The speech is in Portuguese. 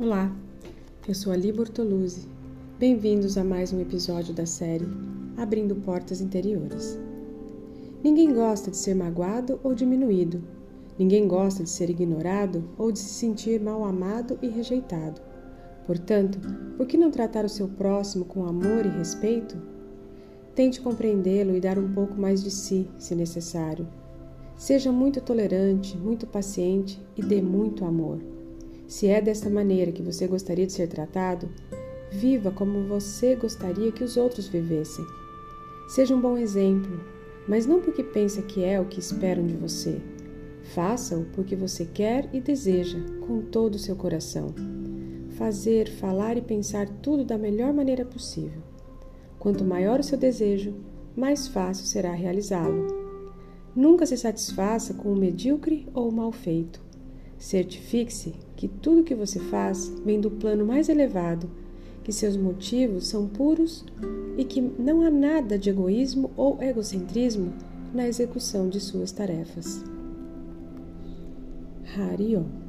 Olá, eu sou a Li Bortoluzzi. Bem-vindos a mais um episódio da série Abrindo Portas Interiores. Ninguém gosta de ser magoado ou diminuído. Ninguém gosta de ser ignorado ou de se sentir mal amado e rejeitado. Portanto, por que não tratar o seu próximo com amor e respeito? Tente compreendê-lo e dar um pouco mais de si, se necessário. Seja muito tolerante, muito paciente e dê muito amor. Se é dessa maneira que você gostaria de ser tratado, viva como você gostaria que os outros vivessem. Seja um bom exemplo, mas não porque pensa que é o que esperam de você. Faça-o porque você quer e deseja, com todo o seu coração. Fazer, falar e pensar tudo da melhor maneira possível. Quanto maior o seu desejo, mais fácil será realizá-lo. Nunca se satisfaça com o medíocre ou o mal feito. Certifique-se que tudo que você faz vem do plano mais elevado, que seus motivos são puros e que não há nada de egoísmo ou egocentrismo na execução de suas tarefas. Hari Om.